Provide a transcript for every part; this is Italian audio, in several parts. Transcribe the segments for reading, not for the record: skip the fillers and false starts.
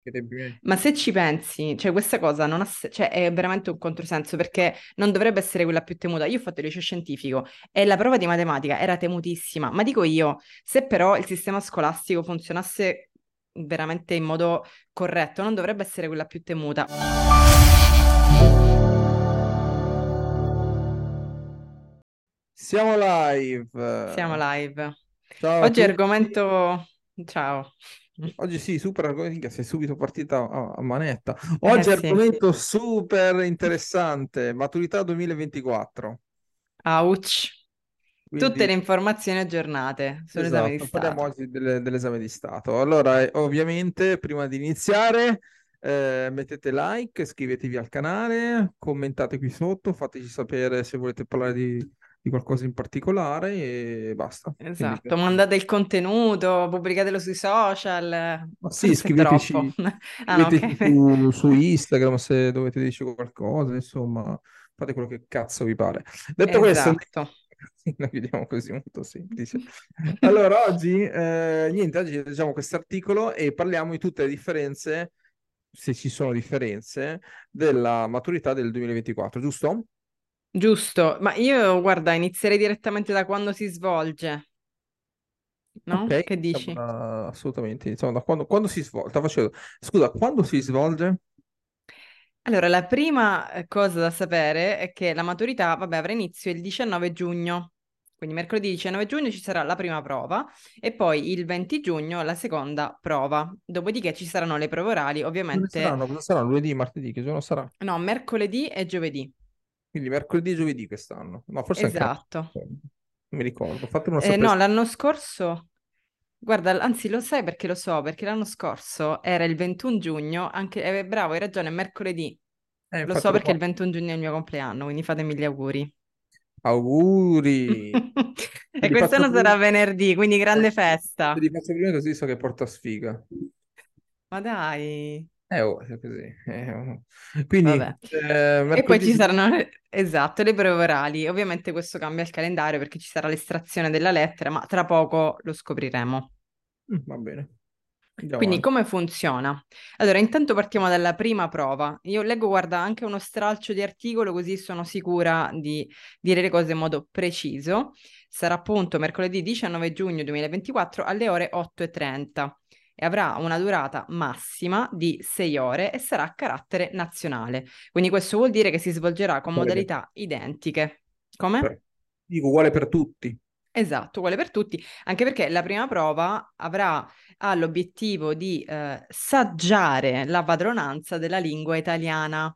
ai tempi miei. Ma se ci pensi, cioè questa cosa non ha cioè, è veramente un controsenso perché non dovrebbe essere quella più temuta. Io ho fatto il liceo scientifico e la prova di matematica era temutissima, ma dico io, se però il sistema scolastico funzionasse veramente in modo corretto, non dovrebbe essere quella più temuta. Siamo Siamo live. live. Ciao a Oggi tutti. argomento... Ciao. Oggi sì, super argomento, sei subito partita a manetta. Eh Oggi sì, argomento super interessante, maturità 2024. ouch. Tutte Quindi, le informazioni aggiornate sull'esame di esatto, parliamo Stato. oggi dell'esame di Stato. Allora, ovviamente, prima di iniziare, mettete like, iscrivetevi al canale, commentate qui sotto, fateci sapere se volete parlare di qualcosa in particolare e basta. Quindi, Esatto, mandate il contenuto, pubblicatelo sui social, ma sì, forse è troppo. Ah no, scriveteci ok. su Instagram se dovete dirci qualcosa, insomma, fate quello che cazzo vi pare. Detto questo, Esatto. noi vediamo così molto semplice. Allora, oggi, niente, oggi leggiamo questo articolo e parliamo di tutte le differenze, se ci sono differenze, della maturità del 2024, giusto? Giusto, ma io guarda, inizierei direttamente da quando si svolge, Ok, no? Che iniziamo dici? assolutamente, iniziamo da quando si svolge. Scusa, quando si svolge? Allora, la prima cosa da sapere è che la maturità, vabbè, avrà inizio il 19 giugno, quindi mercoledì 19 giugno ci sarà la prima prova e poi il 20 giugno la seconda prova. Dopodiché ci saranno le prove orali, Dove ovviamente, saranno? Cosa sarà? Lunedì, martedì? Che giorno sarà? no, mercoledì e giovedì. Quindi mercoledì e giovedì quest'anno. No, forse anche l'anno Esatto. scorso. Non mi ricordo. Fatemelo No, sapere. l'anno scorso, guarda, anzi lo sai perché lo so, perché l'anno scorso era il 21 giugno, anche, bravo, hai ragione, è mercoledì. Lo so Infatti lo perché il fa. 21 giugno è il mio compleanno, quindi fatemi gli auguri. Auguri. Te E li faccio quest'anno prima. sarà venerdì, quindi grande Te festa. li faccio prima così so che porta sfiga. Ma dai, Oh, è così. Quindi, vabbè. E poi mercoledì ci giovedì. saranno, esatto, le prove orali. Ovviamente questo cambia il calendario perché ci sarà l'estrazione della lettera, ma tra poco lo scopriremo. Va bene. Andiamo Quindi avanti. come funziona? Allora, intanto partiamo dalla prima prova. Io leggo, guarda, anche uno stralcio di articolo così sono sicura di dire le cose in modo preciso. Sarà appunto mercoledì 19 giugno 2024 alle ore 8:30 e avrà una durata massima di 6 ore e sarà a carattere nazionale. Quindi questo vuol dire che si svolgerà con Uguale modalità identiche. Come? dico uguale per tutti. Esatto, uguale per tutti, anche perché la prima prova ha l'obiettivo di saggiare la padronanza della lingua italiana,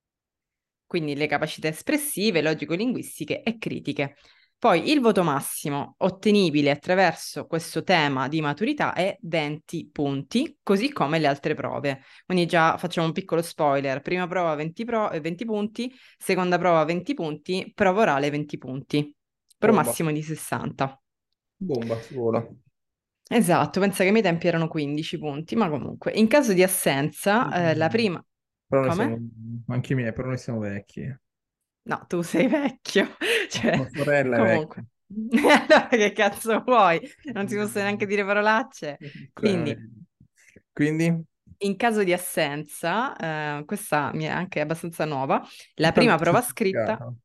quindi le capacità espressive, logico-linguistiche e critiche. Poi il voto massimo ottenibile attraverso questo tema di maturità è 20 punti, così come le altre prove. Quindi già facciamo un piccolo spoiler, prima prova 20, 20 punti, seconda prova 20 punti, prova orale 20 punti, per un Bomba. massimo di 60. Bomba, si vola. Esatto, pensa che ai miei tempi erano 15 punti, ma comunque, in caso di assenza, la prima... Però noi siamo, Come? anche i miei, però noi siamo vecchi. No, tu sei vecchio, Tua cioè, sorella è vecchia. comunque. Allora, che cazzo vuoi? Non si possono neanche dire parolacce. Cioè, Quindi, quindi, in caso di assenza, questa mi è anche abbastanza nuova, la prima tanto prova scritta, certificato.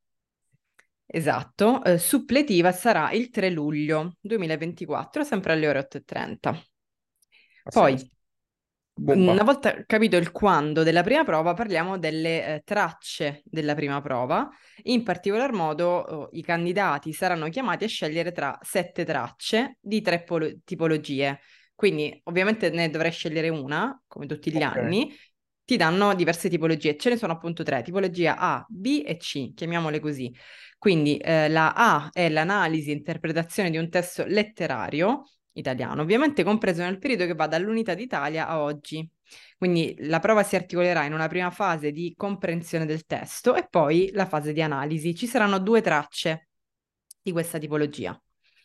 esatto, suppletiva sarà il 3 luglio 2024, sempre alle ore 8:30. Ha senso. Poi, una Bomba. volta capito il quando della prima prova, parliamo delle tracce della prima prova. In particolar modo, i candidati saranno chiamati a scegliere tra 7 tracce di tre tipologie. Quindi, ovviamente, ne dovrai scegliere una, come tutti gli Ok. anni. Ti danno diverse tipologie. Ce ne sono appunto tre: tipologia A, B e C, chiamiamole così. Quindi, la A è l'analisi e interpretazione di un testo letterario italiano, ovviamente compreso nel periodo che va dall'Unità d'Italia a oggi. Quindi la prova si articolerà in una prima fase di comprensione del testo e poi la fase di analisi. Ci saranno 2 tracce di questa tipologia.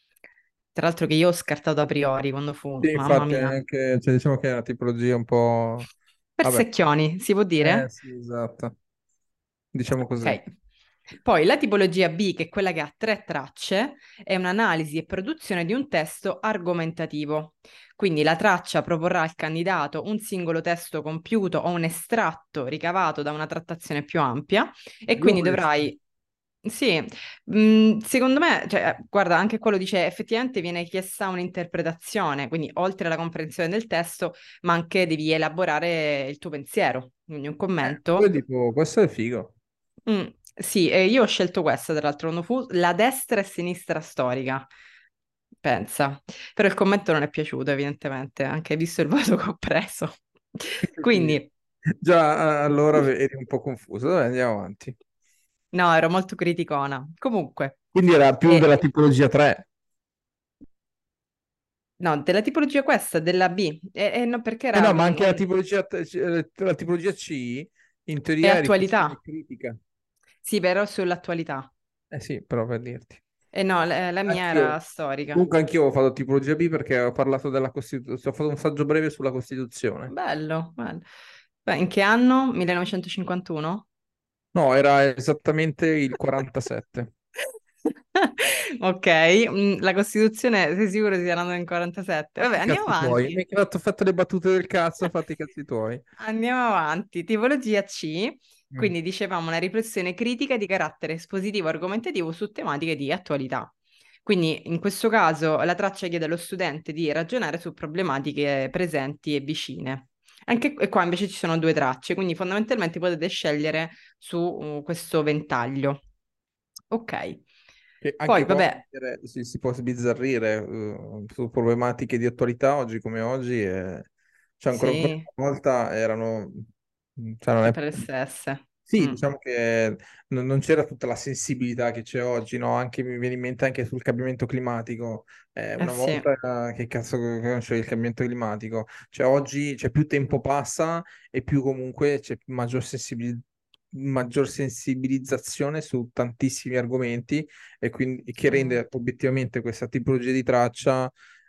Tra l'altro che io ho scartato a priori quando fu, Sì, mamma infatti, mia. anche, cioè, diciamo che è una tipologia un po'. Per Vabbè, secchioni, si può dire? sì, esatto. Diciamo così. Ok. Poi la tipologia B, che è quella che ha 3 tracce, è un'analisi e produzione di un testo argomentativo. Quindi la traccia proporrà al candidato un singolo testo compiuto o un estratto ricavato da una trattazione più ampia e Due quindi queste. dovrai... Sì, secondo me, cioè, guarda, anche quello dice effettivamente viene chiesta un'interpretazione, quindi oltre alla comprensione del testo, ma anche devi elaborare il tuo pensiero, quindi un Poi commento. tipo, questo è figo. Mm, sì, io ho scelto questa, tra l'altro, non fu la destra e sinistra storica, pensa. Però il commento non è piaciuto, evidentemente, anche visto il voto che ho preso. Quindi, Quindi, già allora eri un po' confuso. Vabbè, andiamo avanti. no, ero molto criticona. Comunque, Quindi era più eh, della tipologia 3. no, della tipologia questa, della B, e no, perché Eh era no, ma anche la tipologia C in è teoria è riflessione attualità. critica. Sì, però sull'attualità. Eh sì, però per dirti. E no, la mia era Anch'io. storica. Comunque anch'io ho fatto tipologia B perché ho parlato della Costituzione, ho fatto un saggio breve sulla Costituzione. Bello, bello. Beh, in che anno? 1951? No, era esattamente il 47. Ok, la Costituzione, sei sicuro sia nata nel 47? Vabbè, Fatti i andiamo cazzi tuoi. Mi avanti. hai fatto le battute del cazzo, fatti i cazzi tuoi. Andiamo avanti. Tipologia C, Mm. quindi dicevamo una riflessione critica di carattere espositivo argomentativo su tematiche di attualità. Quindi in questo caso la traccia chiede allo studente di ragionare su problematiche presenti e vicine. Anche e qua invece ci sono 2 tracce, quindi fondamentalmente potete scegliere su questo ventaglio. Ok. Che Poi, anche qua vabbè, si può sbizzarrire su problematiche di attualità oggi come oggi. Cioè, ancora sì, una volta erano. Cioè, non è. sempre le stesse. Sì, Mm. diciamo che non c'era tutta la sensibilità che c'è oggi, no? Anche mi viene in mente anche sul cambiamento climatico. Eh Una sì, volta che cazzo conoscevi il cambiamento climatico? Cioè oggi c'è più tempo passa e più comunque c'è maggior sensibilizzazione su tantissimi argomenti e quindi che mm, rende obiettivamente questa tipologia di traccia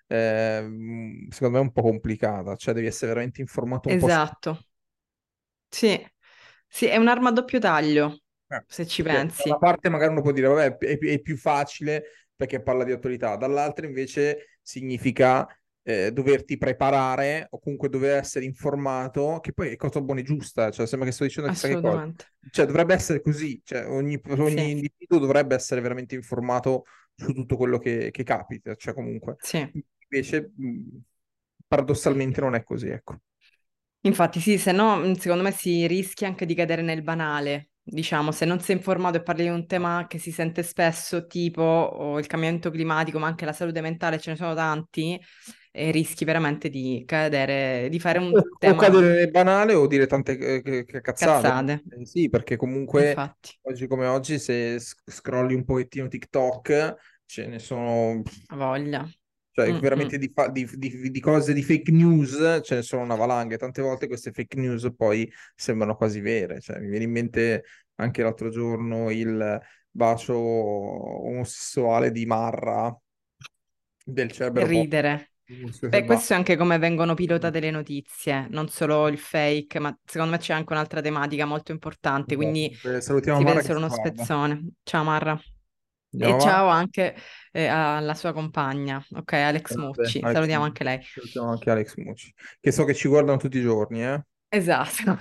secondo me un po' complicata. Cioè devi essere veramente informato un po'. esatto. Sì, sì, è un'arma a doppio taglio, se ci Perché da una pensi. parte magari uno può dire, vabbè, è più facile perché parla di attualità, dall'altra invece significa doverti preparare o comunque dover essere informato, che poi è cosa buona e giusta, cioè sembra che sto dicendo chissà che cosa. Assolutamente. Cioè dovrebbe essere così, cioè ogni Sì, individuo dovrebbe essere veramente informato su tutto quello che capita, cioè comunque. sì. Invece paradossalmente non è così, ecco. Infatti sì, se no, secondo me si rischia anche di cadere nel banale. Diciamo, se non sei informato e parli di un tema che si sente spesso, tipo il cambiamento climatico, ma anche la salute mentale, ce ne sono tanti, e rischi veramente di cadere, di fare un O tema cadere nel banale o dire tante cazzate. cazzate. Sì, perché comunque Infatti, oggi come oggi se scrolli un pochettino TikTok ce ne sono, ha voglia. cioè Mm, mm. veramente di cose, di fake news, ce ne sono una valanga e tante volte queste fake news poi sembrano quasi vere. Cioè, mi viene in mente anche l'altro giorno il bacio omosessuale di Marra del Che Cerbero Pop. ridere. Beh, questo è anche come vengono pilotate le notizie, non solo il fake, ma secondo me c'è anche un'altra tematica molto importante, quindi Salutiamo si vede Marra che solo ci uno guarda. spezzone. Ciao Marra. Andiamo E avanti. ciao anche alla sua compagna, ok, Alex Vabbè, Mucci, Alex salutiamo Mucci. anche lei. Salutiamo anche Alex Mucci, che so che ci guardano tutti i giorni, eh? Esatto.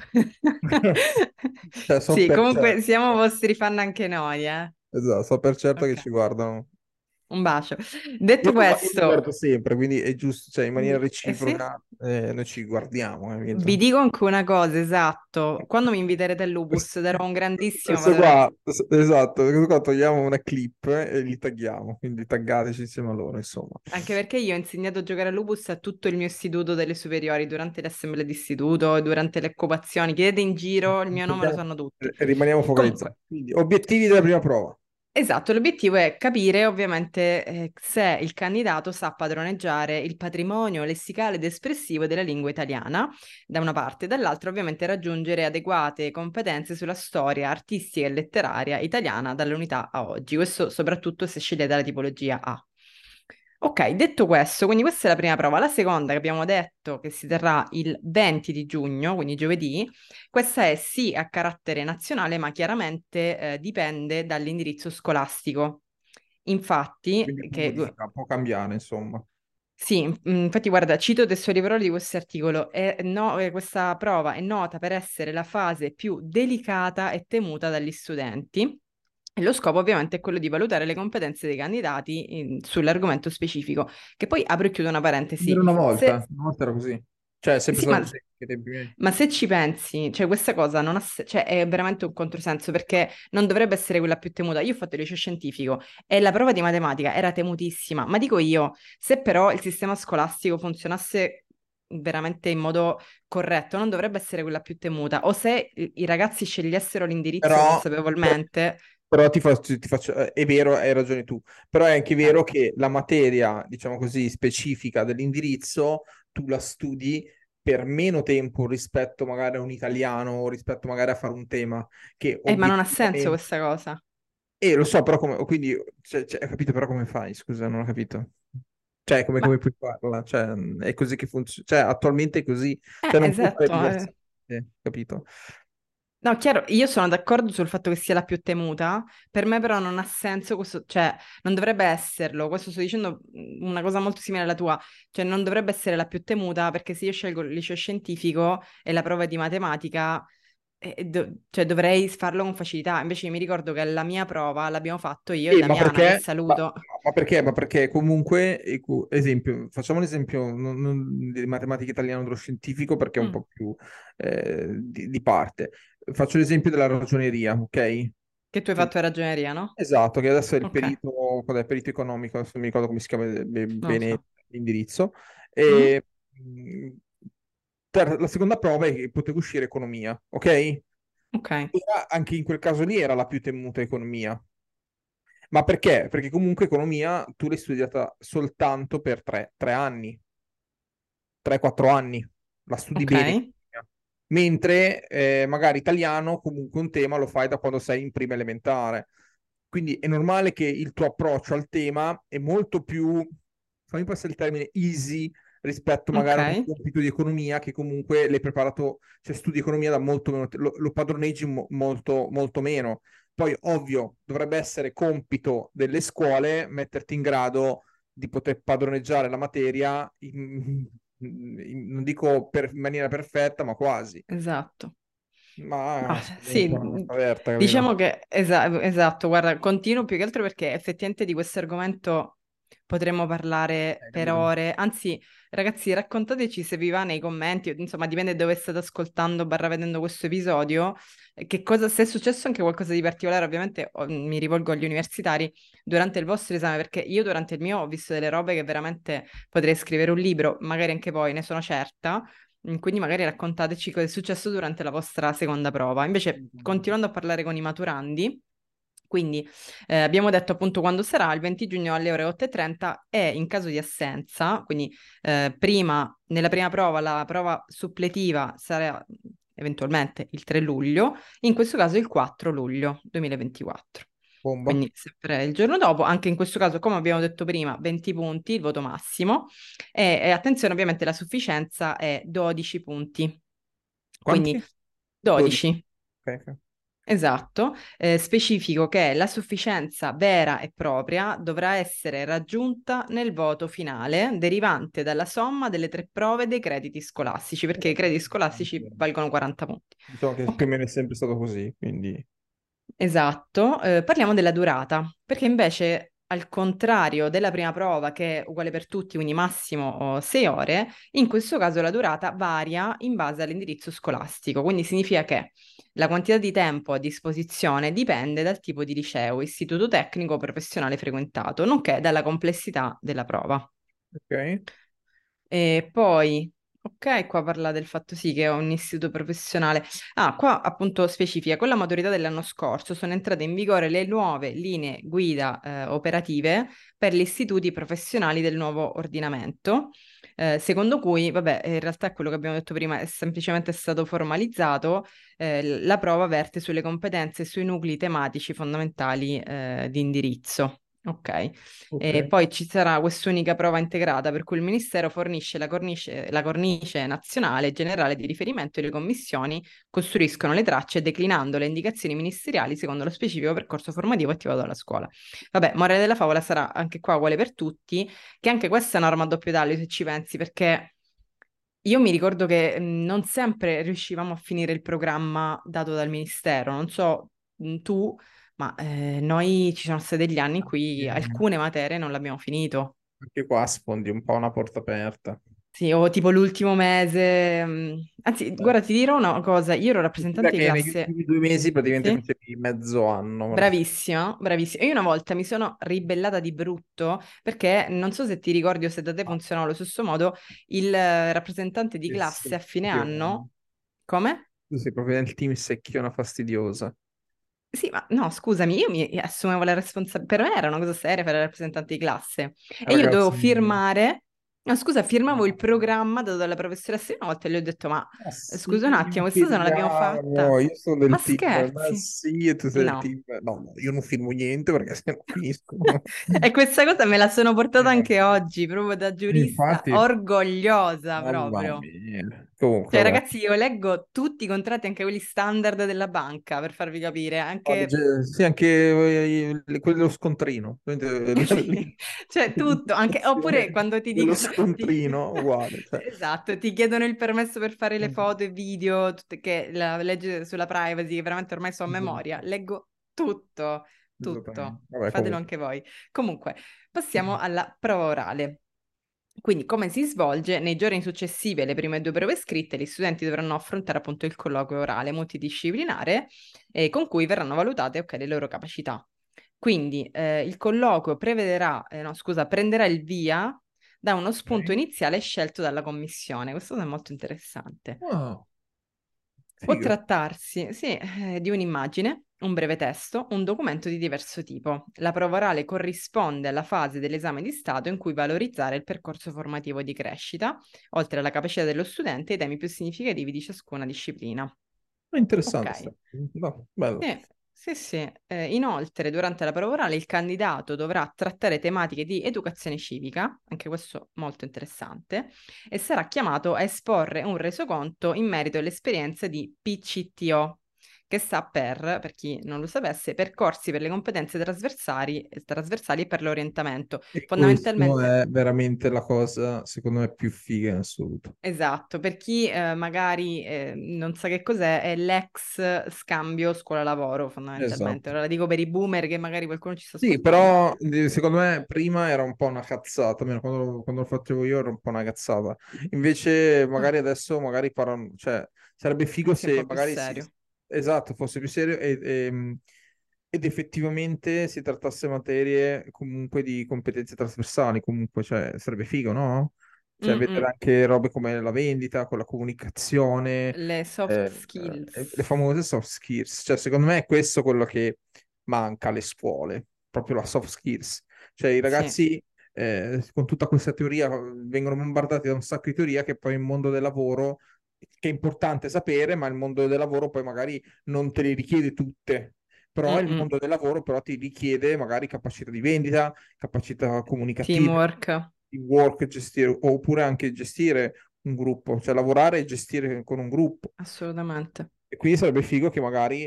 Cioè, so Sì, per comunque certo, siamo vostri fan anche noi, eh. esatto, so per certo che Ok, ci guardano. un bacio. Detto Io li questo, guardo sempre, quindi è giusto, cioè in maniera sì. reciproca noi ci guardiamo, Vi capito? dico anche una cosa, esatto. Quando mi inviterete al Lupus darò un grandissimo Questo valore qua, aggiunto. esatto, questo qua togliamo una clip e li tagghiamo, quindi taggateci insieme a loro, insomma. Anche perché io ho insegnato a giocare a Lupus a tutto il mio istituto delle superiori, durante le assemblee di istituto, durante le occupazioni. Chiedete in giro, il mio nome lo sanno tutti. Rimaniamo focalizzati. Comunque, Quindi, obiettivi della prima prova. esatto, l'obiettivo è capire ovviamente se il candidato sa padroneggiare il patrimonio lessicale ed espressivo della lingua italiana, da una parte, e dall'altra ovviamente raggiungere adeguate competenze sulla storia artistica e letteraria italiana dall'unità a oggi. Questo soprattutto se scegliete la tipologia A. Ok, detto questo, quindi questa è la prima prova. La seconda che abbiamo detto che si terrà il 20 di giugno, quindi giovedì, questa è sì a carattere nazionale, ma chiaramente dipende dall'indirizzo scolastico. Infatti, Quindi può che modificare, può cambiare, insomma. sì, infatti guarda, cito testuali parole di questo articolo, questa prova è nota per essere la fase più delicata e temuta dagli studenti. E lo scopo ovviamente è quello di valutare le competenze dei candidati sull'argomento specifico, che poi apro e chiudo una parentesi. Era una volta era così. Cioè, è sempre Sì, stato così, ai tempi miei. ma se ci pensi, cioè questa cosa non ha cioè, è veramente un controsenso perché non dovrebbe essere quella più temuta. Io ho fatto il liceo scientifico e la prova di matematica era temutissima, ma dico io, se però il sistema scolastico funzionasse veramente in modo corretto, non dovrebbe essere quella più temuta. O se i ragazzi scegliessero l'indirizzo Però, consapevolmente. però ti faccio, è vero, hai ragione tu, però è anche eh, vero che la materia, diciamo così, specifica dell'indirizzo, tu la studi per meno tempo rispetto magari a un italiano o rispetto magari a fare un tema che ma non ha senso obiettivamente... questa cosa. Lo so, però come... Quindi, hai capito però come fai? Scusa, non ho capito. Cioè, Ma come puoi farla? Cioè, è così che funziona. Cioè, attualmente è così. Cioè, non puoi fare esatto. diversamente, capito? No, chiaro, io sono d'accordo sul fatto che sia la più temuta, per me però non ha senso questo, cioè non dovrebbe esserlo, questo sto dicendo una cosa molto simile alla tua, cioè non dovrebbe essere la più temuta perché se io scelgo il liceo scientifico e la prova è di matematica, cioè dovrei farlo con facilità, invece io mi ricordo che la mia prova l'abbiamo fatto io e Ma Damiana, che perché? saluto. Ma perché? Ma perché comunque, esempio, facciamo l'esempio non di matematica italiana dello scientifico perché è un Mm, po' più di parte. Faccio l'esempio della ragioneria, ok? che tu hai Che- fatto ragioneria, no? esatto, che adesso è il Ok, perito, cos'è? Il perito economico, adesso non mi ricordo come si chiama non lo bene so. l'indirizzo. Mhm. E, la seconda prova è che poteva uscire economia, ok? Ok, Anche in quel caso lì era la più temuta economia. Ma perché? Perché comunque economia tu l'hai studiata soltanto per 3 anni, 3-4 anni, la studi ok, bene. Economia. Mentre magari italiano comunque un tema lo fai da quando sei in prima elementare. Quindi è normale che il tuo approccio al tema è molto più, fammi passare il termine, easy rispetto ok, magari a un compito di economia che comunque l'hai preparato, cioè studi economia da molto meno, lo padroneggi molto, molto meno. Poi, ovvio, dovrebbe essere compito delle scuole metterti in grado di poter padroneggiare la materia, non dico in maniera perfetta, ma quasi. esatto. Ma Ah, sono sì, una cosa aperta, diciamo capito? che esatto, guarda, continuo più che altro perché effettivamente di questo argomento potremmo parlare per Capito? ore. Anzi, ragazzi, raccontateci se vi va nei commenti, o insomma, dipende dove state ascoltando barra vedendo questo episodio, che cosa, se è successo anche qualcosa di particolare, ovviamente mi rivolgo agli universitari durante il vostro esame, perché io durante il mio ho visto delle robe che veramente potrei scrivere un libro, magari anche voi, ne sono certa. Quindi magari raccontateci cosa è successo durante la vostra seconda prova. Invece, continuando a parlare con i maturandi, quindi abbiamo detto appunto quando sarà, il 20 giugno alle ore 8:30 e in caso di assenza, quindi nella prima prova, la prova suppletiva sarà eventualmente il 3 luglio, in questo caso il 4 luglio 2024. Bomba. Quindi sempre il giorno dopo, anche in questo caso, come abbiamo detto prima, 20 punti, il voto massimo. E attenzione, ovviamente la sufficienza è 12 punti. Quindi Quanti? 12. 12. Ok, ok. Esatto, specifico che la sufficienza vera e propria dovrà essere raggiunta nel voto finale derivante dalla somma delle tre prove dei crediti scolastici, perché i crediti scolastici valgono 40 punti. Diciamo che più o Ok. meno è sempre stato così, quindi... Esatto, parliamo della durata, perché invece al contrario della prima prova che è uguale per tutti, quindi massimo 6 ore, in questo caso la durata varia in base all'indirizzo scolastico, quindi significa che la quantità di tempo a disposizione dipende dal tipo di liceo, istituto tecnico o professionale frequentato, nonché dalla complessità della prova. Ok. E poi, ok, qua parla del fatto sì che è un istituto professionale. Ah, qua appunto specifica, con la maturità dell'anno scorso sono entrate in vigore le nuove linee guida operative per gli istituti professionali del nuovo ordinamento, secondo cui, vabbè, in realtà è quello che abbiamo detto prima, è semplicemente stato formalizzato, la prova verte sulle competenze e sui nuclei tematici fondamentali di indirizzo. Ok, Ok. e poi ci sarà quest'unica prova integrata per cui il Ministero fornisce la cornice nazionale generale di riferimento e le commissioni costruiscono le tracce declinando le indicazioni ministeriali secondo lo specifico percorso formativo attivato dalla scuola. Vabbè, morale della favola sarà anche qua uguale per tutti, che anche questa è una norma a doppio taglio se ci pensi, perché io mi ricordo che non sempre riuscivamo a finire il programma dato dal Ministero, non so tu, ma noi ci sono stati degli anni in cui Eh, alcune materie non l'abbiamo finito. Anche qua sfondi un po' una porta aperta. Sì, o tipo l'ultimo mese. Anzi, Eh, guarda, ti dirò una cosa, io ero Considera rappresentante di che negli classe. ultimi 2 mesi praticamente Sì? facevi mezzo anno. Bravissima, bravissima. Io una volta mi sono ribellata di brutto perché non so se ti ricordi o se da te funzionava allo stesso modo, il rappresentante di Che classe a fine secchione. anno. Come? Tu sei proprio nel team secchiona fastidiosa. Sì, ma no, scusami, io mi assumevo la responsabilità, per me era una cosa seria fare il rappresentante di classe e io dovevo Ragazzi, firmare, no scusa, firmavo il programma dato dalla professoressa e una volta le ho detto, ma ma scusa un sì, attimo, questa cosa non l'abbiamo firmiamo. fatta? Io sono Ma del team, ma scherzi? sì, e tu sei del No. team. No, no, io non firmo niente perché se no finisco. E questa cosa me la sono portata anche Eh, oggi, proprio da giurista, Infatti, orgogliosa mamma proprio. mia. Comunque, Cioè, vabbè. ragazzi, io leggo tutti i contratti, anche quelli standard della banca, per farvi capire, anche Sì, anche quello dello scontrino. sì, cioè tutto, anche, oppure L'impostazione quando ti dello dicono, scontrino, uguale. Cioè. esatto, ti chiedono il permesso per fare le foto e video, che la legge sulla privacy, che veramente ormai so a memoria, Esatto, leggo tutto, tutto, esattamente. Vabbè, fatelo comunque. anche voi. Comunque, passiamo alla prova orale. Quindi, come si svolge? Nei giorni successivi alle prime due prove scritte, gli studenti dovranno affrontare appunto il colloquio orale multidisciplinare con cui verranno valutate, ok, le loro capacità. Quindi il colloquio prevederà, no, scusa, prenderà il via da uno spunto Ok. iniziale scelto dalla commissione. Questo è molto interessante. Ah, Può figo. trattarsi, sì, di un'immagine, un breve testo, un documento di diverso tipo. La prova orale corrisponde alla fase dell'esame di Stato in cui valorizzare il percorso formativo di crescita, oltre alla capacità dello studente e i temi più significativi di ciascuna disciplina. È interessante Ok. No, bello. Sì, sì, sì. Inoltre, durante la prova orale, il candidato dovrà trattare tematiche di educazione civica, anche questo molto interessante, e sarà chiamato a esporre un resoconto in merito alle esperienze di PCTO, che sta per chi non lo sapesse, percorsi per le competenze trasversali e per l'orientamento. E questo Fondamentalmente. è veramente la cosa, secondo me, più figa in assoluto. Esatto, per chi magari non sa che cos'è, è l'ex scambio scuola-lavoro fondamentalmente. Esatto. Ora la dico per i boomer che magari qualcuno ci sta Sì, ascoltando. però secondo me prima era un po' una cazzata, almeno quando lo facevo io era un po' una cazzata. Invece Ah, magari adesso magari faranno, cioè sarebbe figo sì, un se po' più magari si, serio. esatto, fosse più serio ed effettivamente si trattasse materie comunque di competenze trasversali, comunque, cioè sarebbe figo, no? Cioè vedere Mm-mm. anche robe come la vendita, con la comunicazione, Le soft le skills. famose soft skills. Cioè secondo me è questo quello che manca alle scuole, proprio la soft skills. Cioè i Sì. ragazzi con tutta questa teoria vengono bombardati da un sacco di teoria che poi il mondo del lavoro, che è importante sapere, ma il mondo del lavoro poi magari non te le richiede tutte. Però il Mm-mm. mondo del lavoro però ti richiede magari capacità di vendita, capacità comunicative, Teamwork, di work, gestire, oppure anche gestire un gruppo, cioè lavorare e gestire con un gruppo. assolutamente. E quindi sarebbe figo che magari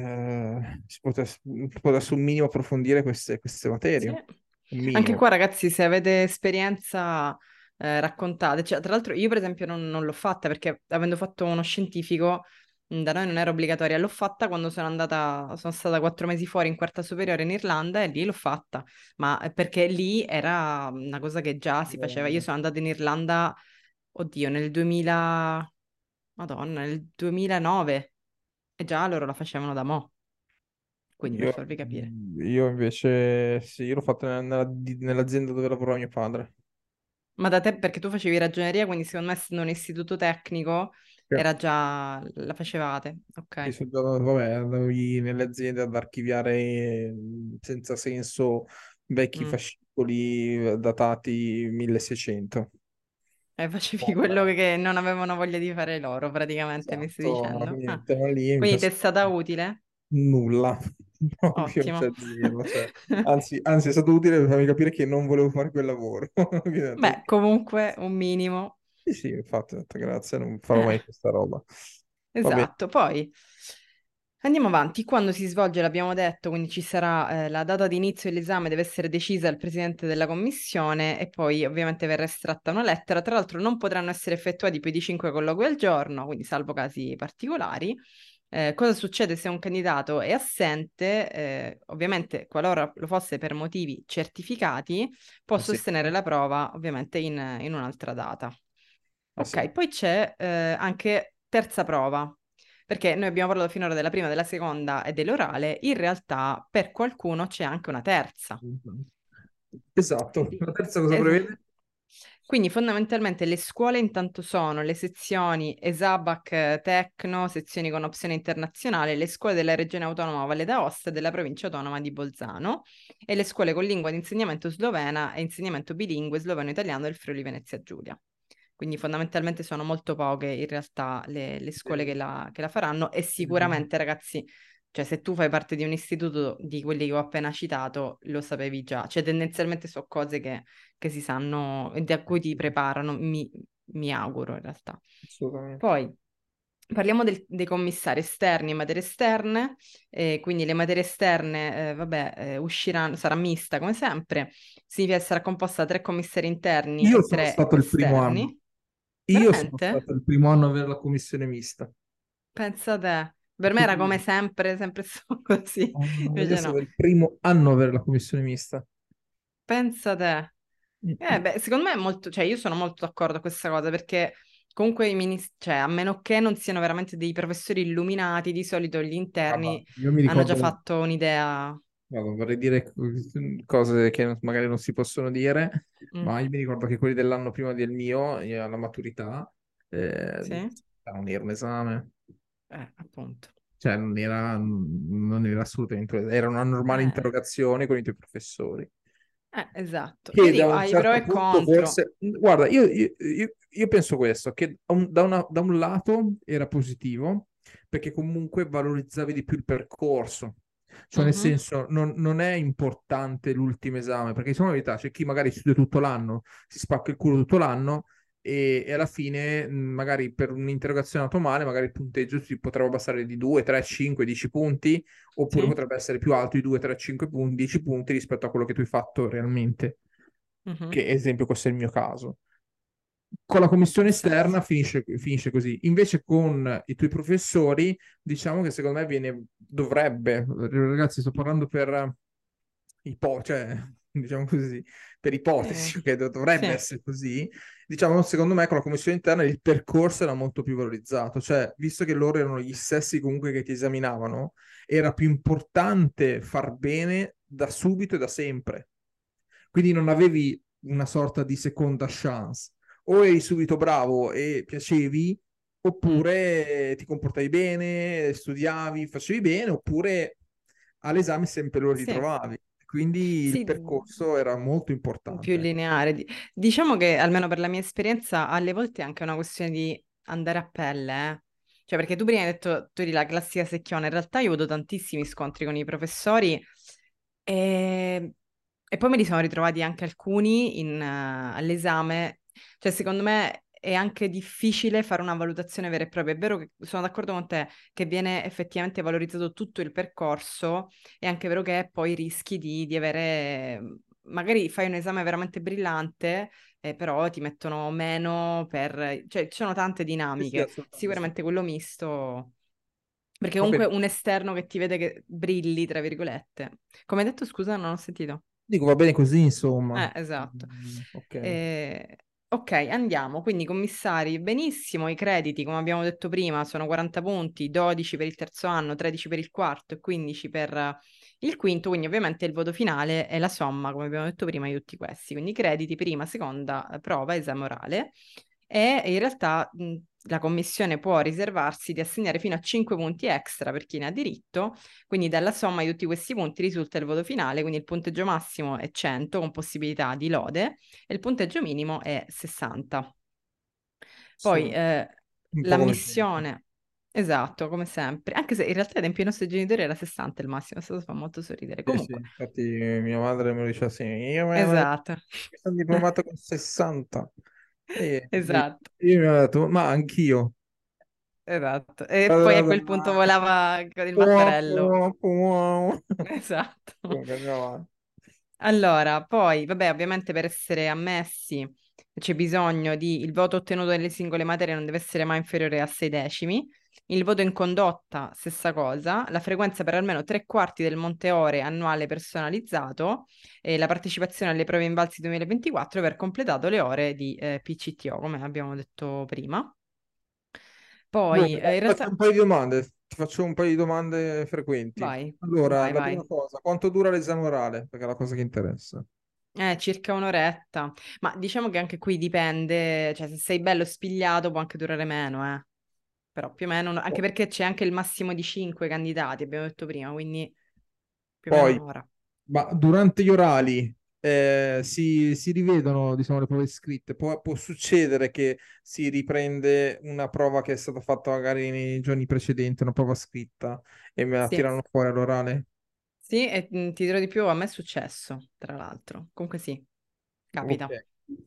si potesse un minimo approfondire queste Sì. materie. Un Anche minimo. qua, ragazzi, se avete esperienza, raccontate. Cioè, tra l'altro, io, per esempio, non l'ho fatta perché, avendo fatto uno scientifico, da noi non era obbligatoria. L'ho fatta quando sono stata 4 mesi fuori in quarta superiore in Irlanda e lì l'ho fatta. Ma perché lì era una cosa che già si faceva. Io sono andata in Irlanda, oddio, nel 2000, Madonna, nel 2009 e già loro la facevano da mo'. Quindi per Io, farvi capire. io invece sì, io l'ho fatto nell'azienda dove lavora mio padre. Ma da te, perché tu facevi ragioneria, quindi secondo me essendo un istituto tecnico Sì. era già, la facevate, Io ok. sono già, vabbè, andavo nelle aziende ad archiviare senza senso vecchi Mm. fascicoli datati 1600. E facevi quello Vabbè, che non avevano voglia di fare loro, praticamente, mi stai esatto, dicendo. Ah. niente, ma lì mi Quindi ti è faccio stata utile? nulla. proprio, Ottimo. cioè, zero, cioè. Anzi, è stato utile per farmi capire che non volevo fare quel lavoro. Quindi ho detto, Beh, ok. comunque un minimo. Sì, sì, infatti, ho detto, grazie, non farò Eh. mai questa roba. Va bene. Esatto, poi andiamo avanti. Quando si svolge, l'abbiamo detto, quindi ci sarà la data di inizio dell'esame deve essere decisa dal presidente della commissione e poi ovviamente verrà estratta una lettera. Tra l'altro non potranno essere effettuati più di 5 colloqui al giorno, quindi salvo casi particolari. Cosa succede se un candidato è assente? Ovviamente, qualora lo fosse per motivi certificati, può Ha sostenere senso? la prova ovviamente in un'altra data. Ha Ok, senso. poi c'è anche terza prova, perché noi abbiamo parlato finora della prima, della seconda e dell'orale, in realtà per qualcuno c'è anche una terza. Esatto. Quindi, La terza cosa es- prevede? quindi fondamentalmente le scuole intanto sono le sezioni ESABAC Tecno, sezioni con opzione internazionale, le scuole della Regione Autonoma Valle d'Aosta e della Provincia Autonoma di Bolzano e le scuole con lingua di insegnamento slovena e insegnamento bilingue sloveno-italiano del Friuli Venezia Giulia. Quindi fondamentalmente sono molto poche in realtà le scuole che la faranno e sicuramente ragazzi, cioè se tu fai parte di un istituto di quelli che ho appena citato, lo sapevi già, cioè tendenzialmente sono cose che si sanno e da cui ti preparano, mi auguro in realtà. Assolutamente. Poi parliamo dei commissari esterni, materie esterne, quindi le materie esterne, vabbè, usciranno, sarà mista come sempre, significa che sarà composta da 3 commissari interni Io e sono 3 stato il primo anno. esterni. Io sono Veramente? stato il primo anno a avere la commissione mista. Pensa te. Per me era come Quindi sempre, sempre stato così. io Invece sono no. il primo anno a avere la commissione mista. Pensa te. Mm, mm. Beh, secondo me è molto, cioè io sono molto d'accordo a questa cosa perché comunque cioè, a meno che non siano veramente dei professori illuminati, di solito gli Vabbè, interni io mi hanno già ricordo, fatto un'idea. vabbè, vorrei dire cose che magari non si possono dire, Mm, ma io mi ricordo che quelli dell'anno prima del mio, io alla maturità, eh, sì? non era un esame. Appunto. Cioè, non era assolutamente, era una normale Eh, interrogazione con i tuoi professori. esatto. Io Che da dico, un hai pro certo e punto contro. forse, guarda, io penso questo, che da un lato era positivo, perché comunque valorizzavi di più il percorso. Cioè, nel Mhm, senso, non è importante l'ultimo esame, perché diciamo la verità, c'è chi magari studia tutto l'anno, si spacca il culo tutto l'anno, e alla fine, magari per un'interrogazione dato male, magari il punteggio si potrebbe abbassare di 2, 3, 5, 10 punti, oppure sì. potrebbe essere più alto di 2, 3, 5 punti, 10 punti rispetto a quello che tu hai fatto realmente. Mhm, Che, ad esempio, questo è il mio caso. Con la commissione ha senso. esterna finisce così. Invece con i tuoi professori, diciamo che secondo me dovrebbe, ragazzi, sto parlando per cioè, diciamo così, per Sì, ipotesi, che dovrebbe sì, essere così, diciamo, secondo me con la commissione interna il percorso era molto più valorizzato, cioè, visto che loro erano gli stessi comunque che ti esaminavano, era più importante far bene da subito e da sempre. Quindi non avevi una sorta di seconda chance. O eri subito bravo e piacevi, mm, oppure ti comportavi bene, studiavi, facevi bene, oppure all'esame sempre lo sì, ritrovavi. Quindi il sì, percorso era molto più importante. lineare. Diciamo che almeno per la mia esperienza alle volte è anche una questione di andare a pelle, eh. Cioè perché tu prima hai detto, tu eri la classica secchiona, in realtà io ho avuto tantissimi scontri con i professori e, e poi me li sono ritrovati anche alcuni all'esame. Cioè secondo me è anche difficile fare una valutazione vera e propria. È vero che sono d'accordo con te che viene effettivamente valorizzato tutto il percorso, è anche vero che poi rischi di avere, magari fai un esame veramente brillante, però ti mettono meno per, cioè ci sono tante Sì, sì, dinamiche. assolutamente sì. Sicuramente quello misto, perché Va comunque bene. un esterno che ti vede che brilli, tra virgolette. Come hai detto, scusa, non ho sentito. Dico, va bene così, insomma. Esatto. Ok. Eh, ok, andiamo. Quindi commissari, benissimo. I crediti, come abbiamo detto prima, sono 40 punti, 12 per il terzo anno, 13 per il quarto e 15 per il quinto. Quindi ovviamente il voto finale è la somma, come abbiamo detto prima, di tutti questi. Quindi crediti, prima, seconda prova, esame orale. E in realtà la commissione può riservarsi di assegnare fino a 5 punti extra per chi ne ha diritto, quindi dalla somma di tutti questi punti risulta il voto finale, quindi il punteggio massimo è 100 con possibilità di lode e il punteggio minimo è 60. Poi Assolutamente. Un po' come sempre. l'ammissione. Esatto, come sempre. Anche se in realtà ai tempi dei nostri genitori era 60 il massimo, questo fa molto sorridere. Sì, sì, Comunque, infatti mia madre me lo diceva sì, esatto. mi sono diplomato con 60. E Esatto, io mi ho detto, ma anch'io. esatto. E poi a quel punto volava con il mattarello. Esatto. Comunque andiamo avanti. Allora, poi, vabbè, ovviamente per essere ammessi c'è bisogno di il voto ottenuto nelle singole materie non deve essere mai inferiore a 6 decimi, il voto in condotta, stessa cosa, la frequenza per almeno tre quarti del monte ore annuale personalizzato e la partecipazione alle prove Invalsi 2024 per completato le ore di PCTO, come abbiamo detto prima. Poi, Bene, dai, in ti faccio realtà, un paio di domande, ti faccio un paio di domande frequenti. vai, Allora, vai, la prima vai. cosa, quanto dura l'esame orale? Perché è la cosa che interessa. Circa un'oretta, ma diciamo che anche qui dipende, cioè se sei bello spigliato può anche durare meno, però più o meno, anche perché c'è anche il massimo di 5 candidati, abbiamo detto prima, quindi più o meno Poi, un'ora. ma durante gli orali si rivedono, diciamo, le prove scritte. Può succedere che si riprende una prova che è stata fatta magari nei giorni precedenti, una prova scritta, e me la Sì, tirano fuori all'orale? sì, e ti dirò di più, a me è successo, tra l'altro, comunque sì, Ok. capita.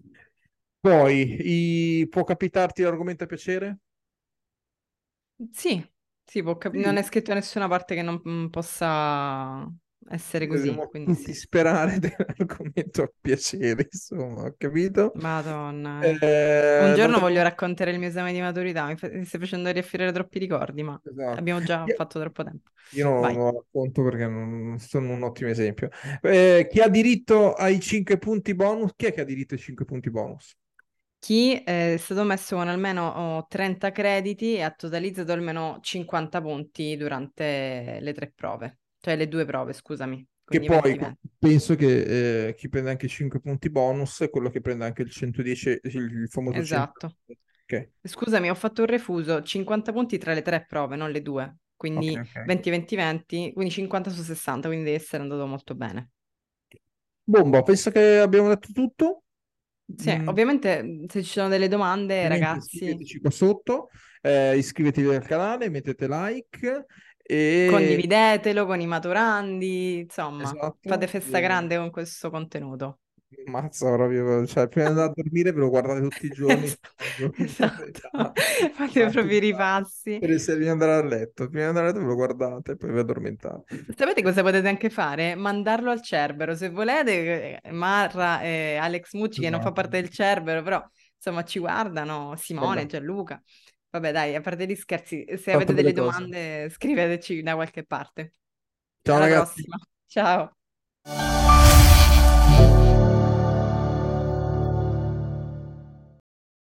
Poi, può capitarti l'argomento a piacere? Sì, sì, non è Sì. scritto da nessuna parte che non possa essere così, Dobbiamo quindi tutti sì. sperare dell'argomento a piacere, insomma, ho capito. Madonna. Un Non giorno voglio devo... raccontare il mio esame di maturità, mi stai facendo riaffiorare troppi ricordi, ma Esatto. abbiamo già Io, fatto troppo tempo. io non Vai. lo racconto perché non sono un ottimo esempio. Chi ha diritto ai 5 punti bonus? Chi è che ha diritto ai 5 punti bonus? Chi è stato messo con almeno 30 crediti e ha totalizzato almeno 50 punti durante le tre prove, cioè le due prove, scusami, Che quindi poi 20-20. penso che chi prende anche 5 punti bonus è quello che prende anche il 110, il famoso 100. Esatto. Ok, Scusami, ho fatto un refuso, 50 punti tra le tre prove, non le due, ok, quindi ok. 20-20-20, quindi 50 su 60, quindi deve essere andato molto bene. Bomba, penso che abbiamo detto tutto. Sì, Mm, ovviamente se ci sono delle domande, Ovviamente ragazzi, scriveteci qua sotto, iscrivetevi al canale, mettete like e condividetelo con i maturandi, insomma, fate esatto, festa grande con questo contenuto. mazza proprio, cioè prima di andare a dormire ve lo guardate tutti i giorni. Esatto, fate Esatto, proprio i ripassi. per essere di andare a letto, prima di andare a letto ve lo guardate e poi vi addormentate. Sapete cosa potete anche fare? Mandarlo al Cerbero, se volete, Marra e Alex Mucci che non fa Esatto, parte del Cerbero, però insomma ci guardano, Simone, vabbè, Gianluca. Vabbè, dai, a parte gli scherzi, se fatto avete belle delle cose. domande scriveteci da qualche parte. Ciao Alla ragazzi. prossima. Ciao.